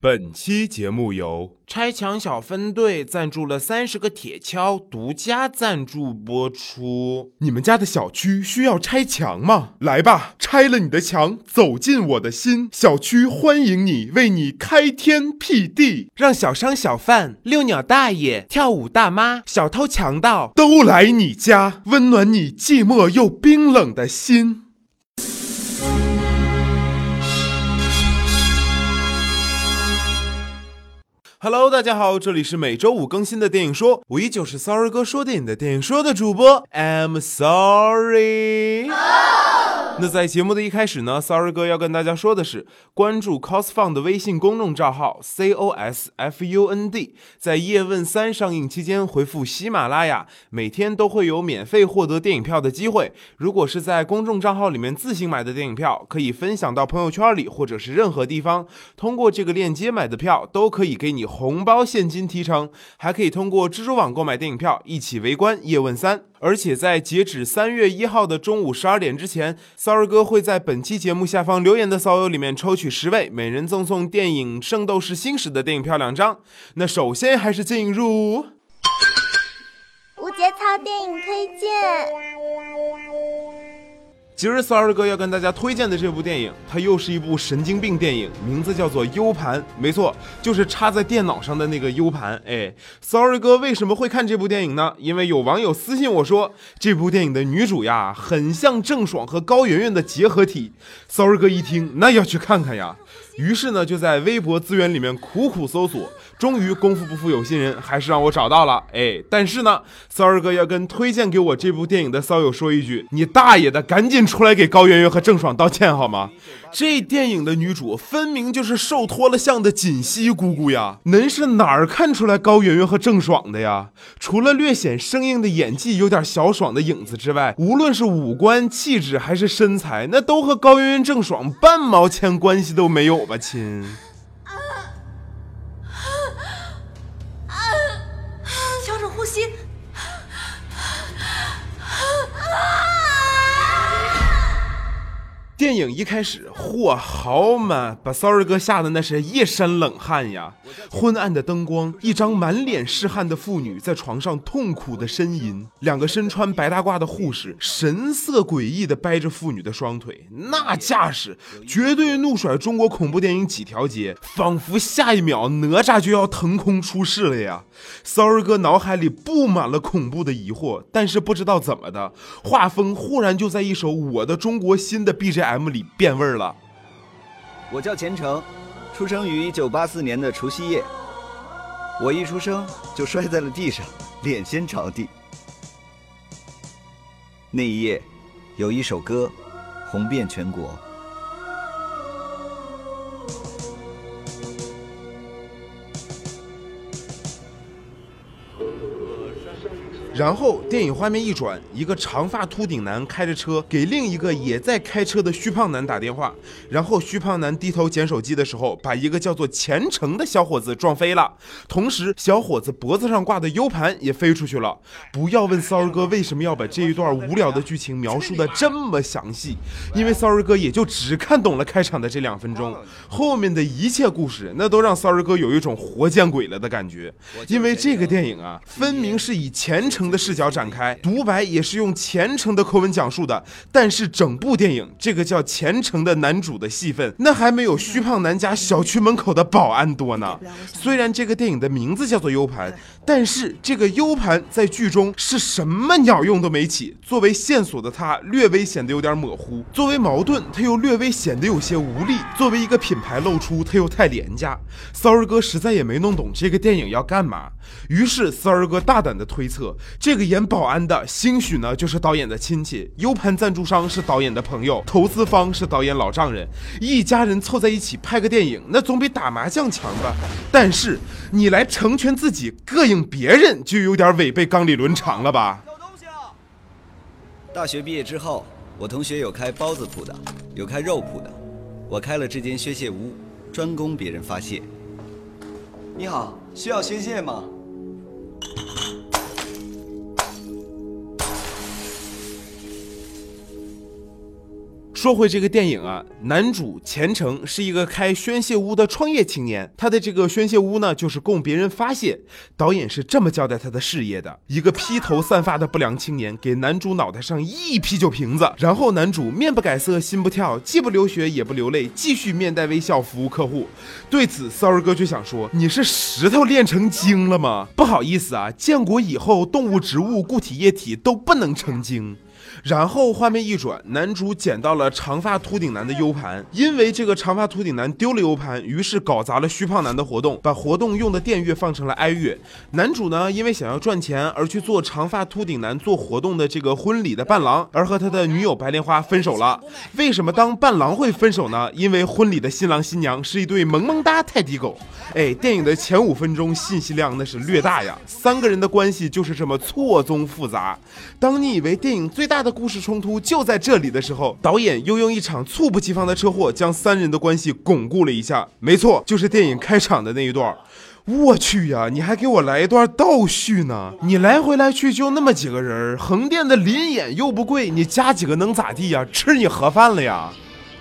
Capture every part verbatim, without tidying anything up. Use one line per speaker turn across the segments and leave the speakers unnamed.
本期节目由
拆墙小分队赞助了三十个铁锹，独家赞助播出。
你们家的小区需要拆墙吗？来吧，拆了你的墙，走进我的心，小区欢迎你，为你开天辟地，
让小商小贩、遛鸟大爷、跳舞大妈、小偷强盗
都来你家，温暖你寂寞又冰冷的心。Hello， 大家好，这里是每周五更新的电影说，我依旧是 Sorry 哥说电影的电影说的主播 I'm Sorry。那在节目的一开始呢 ，Sorry 哥要跟大家说的是，关注 Cosfund 的微信公众账号 C O S F U N D， 在叶问三上映期间回复喜马拉雅，每天都会有免费获得电影票的机会。如果是在公众账号里面自行买的电影票，可以分享到朋友圈里或者是任何地方，通过这个链接买的票都可以给你红包现金提成，还可以通过蜘蛛网购买电影票，一起围观叶问三。而且在截止三月一号的中午十二点之前 ，Sorry 哥会在本期节目下方留言的骚友里面抽取十位，每人赠送电影《圣斗士星矢》的电影票两张。那首先还是进入
无节操电影推荐。
今日 Sorry 哥要跟大家推荐的这部电影，它又是一部神经病电影，名字叫做 U 盘，没错，就是插在电脑上的那个 U 盘。哎 ，Sorry 哥为什么会看这部电影呢？因为有网友私信我说，这部电影的女主呀，很像郑爽和高圆圆的结合体。Sorry 哥一听，那要去看看呀。于是呢，就在微博资源里面苦苦搜索，终于功夫不负有心人，还是让我找到了。哎，但是呢 ，Sorry 哥要跟推荐给我这部电影的骚友说一句：你大爷的，赶紧出来给高圆圆和郑爽道歉好吗？这电影的女主分明就是受脱了相的锦溪姑姑呀，恁是哪儿看出来高圆圆和郑爽的呀？除了略显生硬的演技有点小爽的影子之外，无论是五官、气质还是身材，那都和高圆圆、郑爽半毛钱关系都没有吧，亲。
调整呼吸。
电影一开始，嚯，好嘛，把 Sorry 哥吓得那是一身冷汗呀！昏暗的灯光，一张满脸是汗的妇女在床上痛苦的呻吟，两个身穿白大褂的护士神色诡异的掰着妇女的双腿，那架势绝对怒甩中国恐怖电影几条街，仿佛下一秒哪吒就要腾空出世了呀！ Sorry 哥脑海里布满了恐怖的疑惑，但是不知道怎么的，画风忽然就在一首《我的中国心》的 B G M 里变味了。
我叫钱程，出生于一九八四年的除夕夜。我一出生就摔在了地上，脸先着地。那一夜，有一首歌红遍全国。
然后电影画面一转，一个长发秃顶男开着车给另一个也在开车的虚胖男打电话，然后虚胖男低头捡手机的时候，把一个叫做钱程的小伙子撞飞了，同时小伙子脖子上挂的 U 盘也飞出去了。不要问 Sorry 哥为什么要把这一段无聊的剧情描述的这么详细，因为 Sorry 哥也就只看懂了开场的这两分钟，后面的一切故事那都让 Sorry 哥有一种活见鬼了的感觉。因为这个电影啊，分明是以钱程的视角展开，独白也是用虔诚的口吻讲述的，但是整部电影这个叫虔诚的男主的戏份，那还没有虚胖男家小区门口的保安多呢。虽然这个电影的名字叫做 U 盘，但是这个 U 盘在剧中是什么鸟用都没起，作为线索的它略微显得有点模糊，作为矛盾它又略微显得有些无力，作为一个品牌露出它又太廉价。Sorry 哥实在也没弄懂这个电影要干嘛，于是 Sorry 哥大胆的推测，这个演保安的兴许呢就是导演的亲戚， U 盘赞助商是导演的朋友，投资方是导演老丈人，一家人凑在一起拍个电影，那总比打麻将强吧。但是你来成全自己膈应别人，就有点违背纲理伦常了吧。
大学毕业之后，我同学有开包子铺的，有开肉铺的，我开了这间宣泄屋，专供别人发泄。你好，需要宣泄吗？
说回这个电影啊，男主钱程是一个开宣泄屋的创业青年，他的这个宣泄屋呢，就是供别人发泄。导演是这么交代他的事业的：一个披头散发的不良青年给男主脑袋上一啤酒瓶子，然后男主面不改色心不跳，既不流血也不流泪，继续面带微笑服务客户。对此Sorry哥就想说，你是石头炼成精了吗？不好意思啊，建国以后动物植物固体液体都不能成精。然后画面一转，男主捡到了长发秃顶男的 U 盘，因为这个长发秃顶男丢了 U 盘，于是搞砸了虚胖男的活动，把活动用的电乐放成了哀乐。男主呢，因为想要赚钱而去做长发秃顶男做活动的这个婚礼的伴郎，而和他的女友白莲花分手了。为什么当伴郎会分手呢？因为婚礼的新郎新娘是一对萌萌哒泰迪狗。哎，电影的前五分钟信息量那是略大呀，三个人的关系就是这么错综复杂。当你以为电影最大的故事冲突就在这里的时候，导演又用一场猝不及防的车祸将三人的关系巩固了一下。没错，就是电影开场的那一段。我去呀，你还给我来一段倒叙呢？你来回来去就那么几个人，横店的临演又不贵，你加几个能咋地呀？吃你盒饭了呀？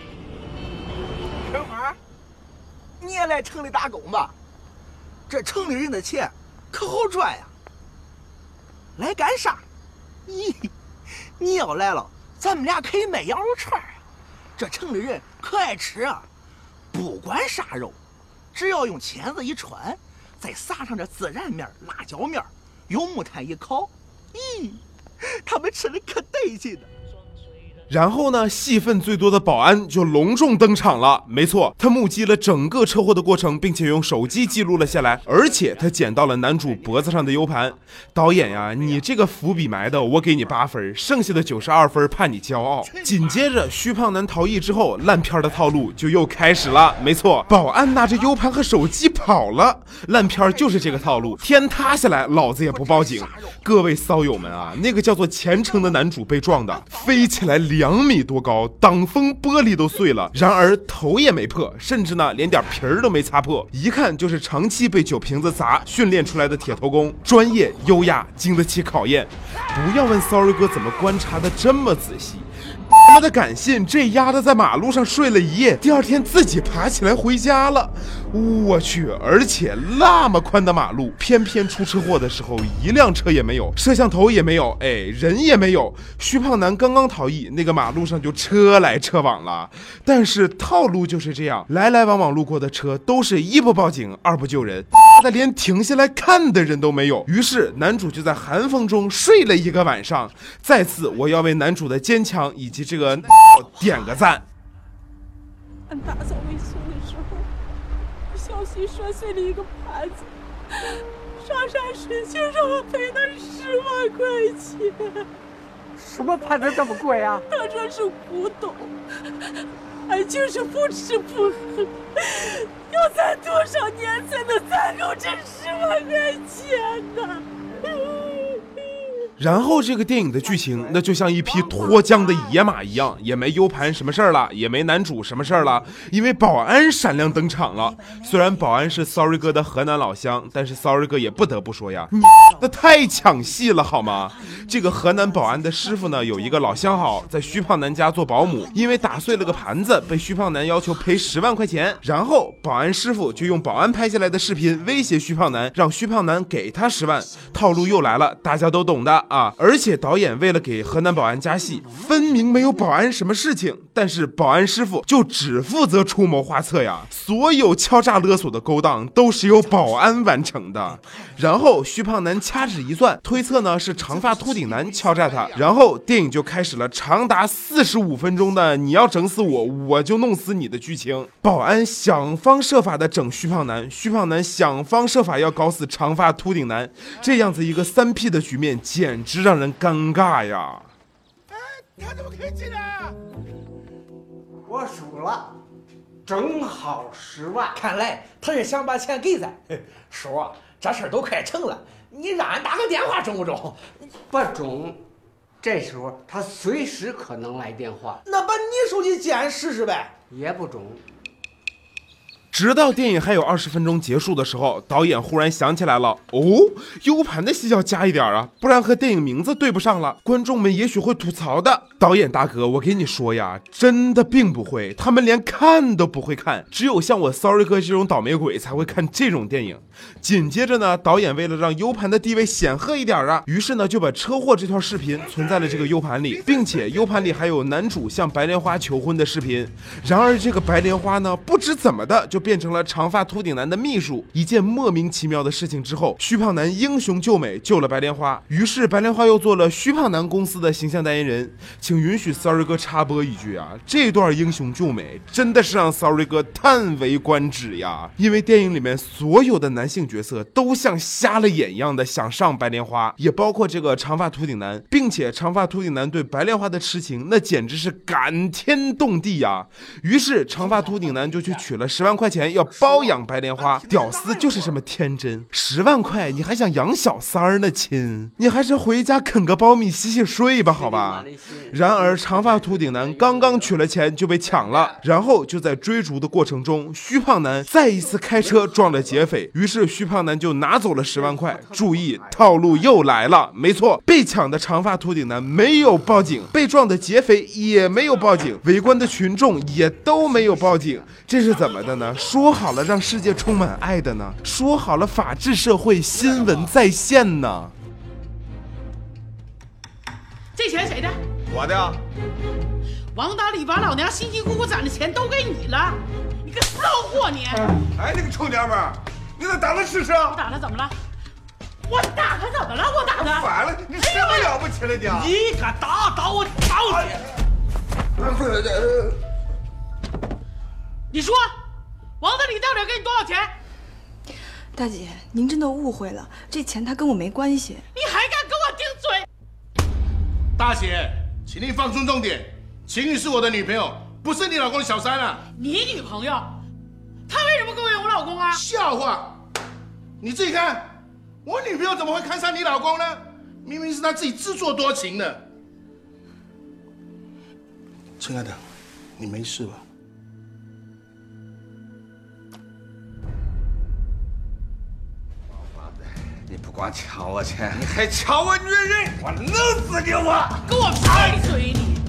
小花，你也来城里打工吧？这城里人的钱可好赚呀！来干啥？咦，你要来了，咱们俩可以卖羊肉串啊！这城里人可爱吃啊，不管啥肉，只要用签子一穿，再撒上这孜然面、辣椒面，用木炭一烤，咦，他们吃的可得劲的。
然后呢，戏份最多的保安就隆重登场了。没错，他目击了整个车祸的过程，并且用手机记录了下来，而且他捡到了男主脖子上的 U 盘。导演呀，你这个伏笔埋的，我给你八分，剩下的九十二分怕你骄傲。紧接着，虚胖男逃逸之后，烂片的套路就又开始了。没错，保安拿着 U 盘和手机跑了，烂片就是这个套路。天塌下来，老子也不报警。各位骚友们啊，那个叫做虔诚的男主被撞的飞起来两米多高，挡风玻璃都碎了，然而头也没破，甚至呢连点皮儿都没擦破，一看就是长期被酒瓶子砸训练出来的铁头功，专业优雅，经得起考验。不要问 Sorry 哥怎么观察的这么仔细，他妈的敢信这丫的在马路上睡了一夜，第二天自己爬起来回家了。我去，而且那么宽的马路，偏偏出车祸的时候一辆车也没有，摄像头也没有，哎，人也没有。虚胖男刚刚逃逸，那个马路上就车来车往了。但是套路就是这样，来来往往路过的车都是一不报警，二不救人，那连停下来看的人都没有。于是男主就在寒风中睡了一个晚上。再次，我要为男主的坚强以及这个点个赞。
俺打扫卫生的时候，不小心摔碎了一个盘子，沙沙水就让我赔他十万块钱。
什么盘子这么贵啊？
他说是古董，俺就是不吃不喝，要攒多少年才能攒够这十万块钱呢？
然后这个电影的剧情那就像一匹脱缰的野马一样，也没 U 盘什么事儿了，也没男主什么事儿了，因为保安闪亮登场了。虽然保安是 Sorry 哥的河南老乡，但是 Sorry 哥也不得不说呀，你那太抢戏了好吗？这个河南保安的师傅呢，有一个老相好在虚胖男家做保姆，因为打碎了个盘子，被虚胖男要求赔十万块钱。然后保安师傅就用保安拍下来的视频威胁虚胖男，让虚胖男给他十万。套路又来了，大家都懂的啊！而且导演为了给河南保安加戏，分明没有保安什么事情，但是保安师傅就只负责出谋划策呀，所有敲诈勒索的勾当都是由保安完成的。然后虚胖男掐指一算，推测呢是长发秃顶男敲诈他，然后电影就开始了长达四十五分钟的你要整死我，我就弄死你的剧情。保安想方设法的整虚胖男，虚胖男想方设法要搞死长发秃顶男，这样子一个三 P 的局面简直让人尴尬呀！
哎，他怎么可以进来啊？
我输了，正好十万。
看来他是想把钱给咱。叔啊，这事儿都快成了，你让俺打个电话中不中？
不中，这时候他随时可能来电话。
那把你手机借俺试试呗。
也不中。
直到电影还有二十分钟结束的时候，导演忽然想起来了，哦 ，U 盘的戏要加一点啊，不然和电影名字对不上了，观众们也许会吐槽的。导演大哥，我给你说呀，真的并不会，他们连看都不会看，只有像我 Sorry 哥这种倒霉鬼才会看这种电影。紧接着呢，导演为了让 U 盘的地位显赫一点啊，于是呢就把车祸这条视频存在了这个 U 盘里，并且 U 盘里还有男主向白莲花求婚的视频。然而这个白莲花呢，不知怎么的就变成了长发秃顶男的秘书。一件莫名其妙的事情之后，虚胖男英雄救美，救了白莲花，于是白莲花又做了虚胖男公司的形象代言人。请允许 Sorry 哥插播一句啊，这段英雄救美真的是让 Sorry 哥叹为观止呀，因为电影里面所有的男性角色都像瞎了眼一样的想上白莲花，也包括这个长发秃顶男，并且长发秃顶男对白莲花的痴情那简直是感天动地呀。于是长发秃顶男就去取了十万块钱要包养白莲花，屌丝就是这么天真，十万块你还想养小三儿呢亲，你还是回家啃个苞米洗洗睡吧好吧。然而长发秃顶男刚刚取了钱就被抢了，然后就在追逐的过程中，虚胖男再一次开车撞了劫匪，于是虚胖男就拿走了十万块。注意，套路又来了，没错，被抢的长发秃顶男没有报警，被撞的劫匪也没有报警，围观的群众也都没有报警，这是怎么的呢？说好了让世界充满爱的呢？说好了法治社会新闻在线呢？
这钱谁的？
我的呀。
王大力把老娘辛辛苦苦攒的钱都给你了，你个骚货你！
哎，那个臭娘们儿，你咋打他试试？
我打他怎么了？我打他怎么了？我打他
反了，你什么了不起了你？
你敢打打我打你！你说，王大力到底给你多少钱？
大姐，您真的误会了，这钱他跟我没关系。
你还敢跟我顶嘴？
大姐，请你放尊重点，晴雨是我的女朋友，不是你老公的小三啊！
你女朋友？她为什么勾引我老公啊？
笑话！你自己看，我女朋友怎么会看上你老公呢？明明是她自己自作多情的。亲爱的，你没事吧？
你不光抢我钱，你还抢我女人！我弄死你！我
给我闭嘴你！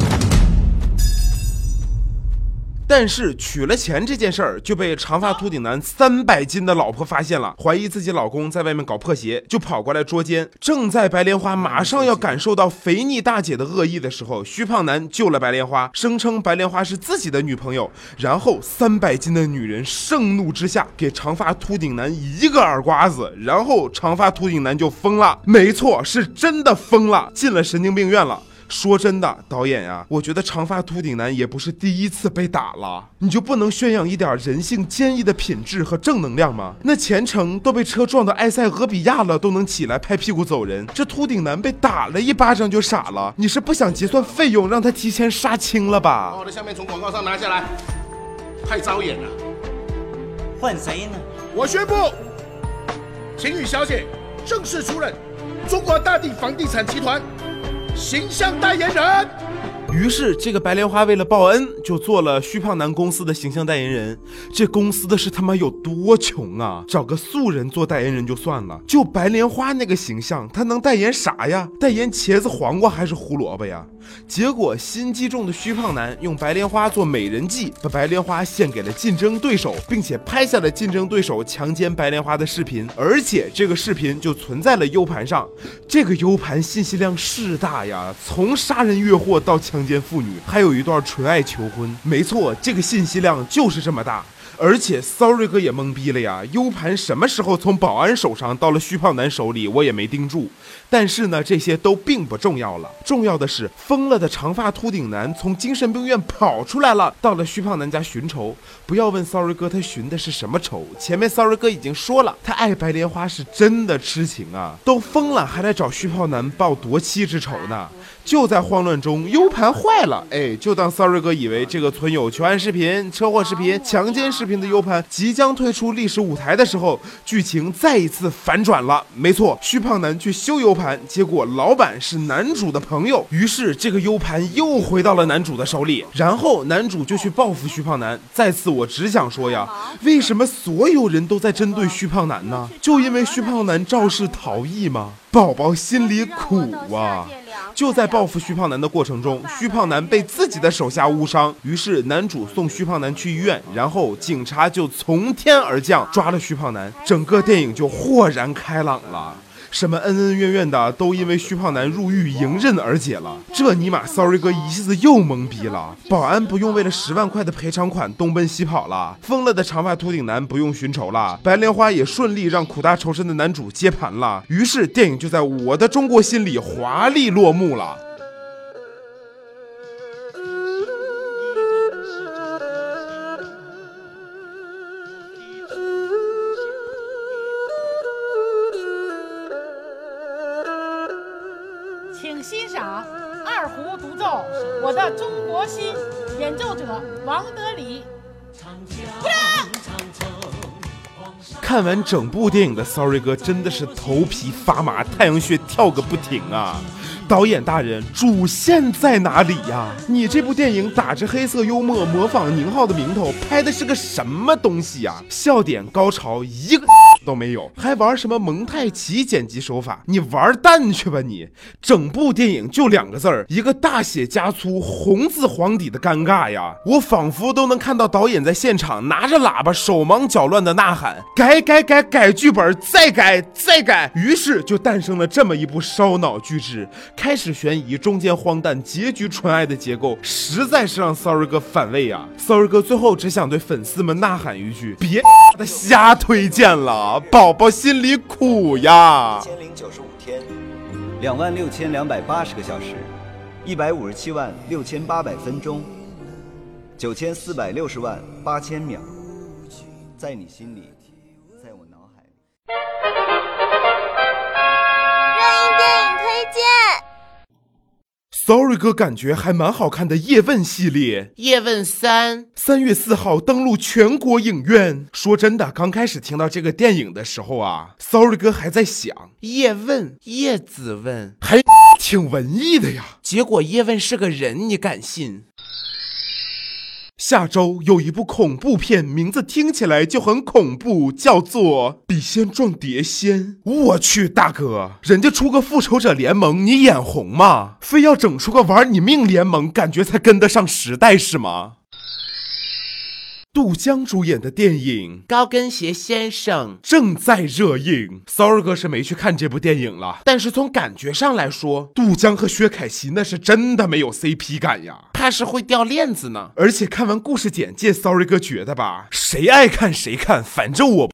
但是取了钱这件事儿就被长发秃顶男三百斤的老婆发现了，怀疑自己老公在外面搞破鞋，就跑过来捉奸。正在白莲花马上要感受到肥腻大姐的恶意的时候，虚胖男救了白莲花，声称白莲花是自己的女朋友。然后三百斤的女人盛怒之下给长发秃顶男一个耳刮子，然后长发秃顶男就疯了，没错，是真的疯了，进了神经病院了。说真的，导演呀、啊，我觉得长发秃顶男也不是第一次被打了，你就不能宣扬一点人性坚毅的品质和正能量吗？那前程都被车撞到埃塞俄比亚了，都能起来拍屁股走人，这秃顶男被打了一巴掌就傻了，你是不想结算费用让他提前杀青了吧？
把我的相片从广告上拿下来，太招眼了。
换谁呢？
我宣布，晴雨小姐正式出任中国大地房地产集团形象代言人。
于是这个白莲花为了报恩就做了虚胖男公司的形象代言人。这公司的是他妈有多穷啊，找个素人做代言人就算了，就白莲花那个形象他能代言啥呀？代言茄子黄瓜还是胡萝卜呀？结果心机重的虚胖男用白莲花做美人计，把白莲花献给了竞争对手，并且拍下了竞争对手强奸白莲花的视频，而且这个视频就存在了 U 盘上。这个 U 盘信息量是大呀，从杀人越货到强奸妇女，还有一段纯爱求婚。没错，这个信息量就是这么大。而且 Sorry 哥也懵逼了呀 ，U 盘什么时候从保安手上到了虚胖男手里，我也没盯住。但是呢，这些都并不重要了，重要的是疯了的长发秃顶男从精神病院跑出来了，到了虚胖男家寻仇。不要问 Sorry 哥他寻的是什么仇，前面 Sorry 哥已经说了，他爱白莲花是真的痴情啊，都疯了还来找虚胖男报夺妻之仇呢。 就在慌乱中 U 盘坏了，哎，就当 Sorry 哥以为这个存有求爱视频、车祸视频、强奸视频的 U 盘即将退出历史舞台的时候，剧情再一次反转了。没错，虚胖男去修 U 盘，结果老板是男主的朋友，于是这个 U 盘又回到了男主的手里，然后男主就去报复虚胖男。在此我只想说呀，为什么所有人都在针对虚胖男呢？就因为虚胖男肇事逃逸吗？宝宝心里苦啊！就在报复虚胖男的过程中，虚胖男被自己的手下误伤，于是男主送虚胖男去医院，然后警察就从天而降抓了虚胖男，整个电影就豁然开朗了。什么恩恩怨怨的都因为虚胖男入狱迎刃而解了，这尼玛 Sorry 哥一下子又懵逼了。保安不用为了十万块的赔偿款东奔西跑了，疯了的长发秃顶男不用寻仇了，白莲花也顺利让苦大仇深的男主接盘了。于是电影就在我的中国心里华丽落幕了。
请欣赏二胡独奏《我的中国心》，演奏者王德礼。
看完整部电影的 Sorry 哥真的是头皮发麻，太阳穴跳个不停啊！导演大人，主线在哪里呀？你这部电影打着黑色幽默模仿宁浩的名头，拍的是个什么东西呀？笑点高潮一个都没有，还玩什么蒙太奇剪辑手法？你玩蛋去吧你！整部电影就两个字儿，一个大写加粗红字黄底的尴尬呀！我仿佛都能看到导演在现场拿着喇叭手忙脚乱的呐喊：改改改改剧本，再改再改！于是就诞生了这么一部烧脑巨制，开始悬疑，中间荒诞，结局纯爱的结构，实在是让 Sorry 哥反胃啊！ Sorry 哥最后只想对粉丝们呐喊一句：别的瞎推荐了，宝宝心里苦呀！
一千零九十五天，两万六千两百八十个小时，一百五十七万六千八百分钟，九千四百六十万八千秒，在你心里，在我脑海里。
热映电影推荐。
Sorry 哥感觉还蛮好看的叶问系列，叶问三三月四号登陆全国影院。说真的，刚开始听到这个电影的时候啊 ，Sorry 哥还在想叶问叶子问，还挺文艺的呀。结果叶问是个人，你敢信？下周有一部恐怖片，名字听起来就很恐怖，叫做《笔仙撞碟仙》。我去，大哥，人家出个复仇者联盟，你眼红吗？非要整出个玩你命联盟，感觉才跟得上时代是吗？杜江主演的电影《高跟鞋先生》正在热映 ，Sorry 哥是没去看这部电影了，但是从感觉上来说，杜江和薛凯琪那是真的没有 C P 感呀，怕是会掉链子呢。而且看完故事简介 ，Sorry 哥觉得吧，谁爱看谁看，反正我。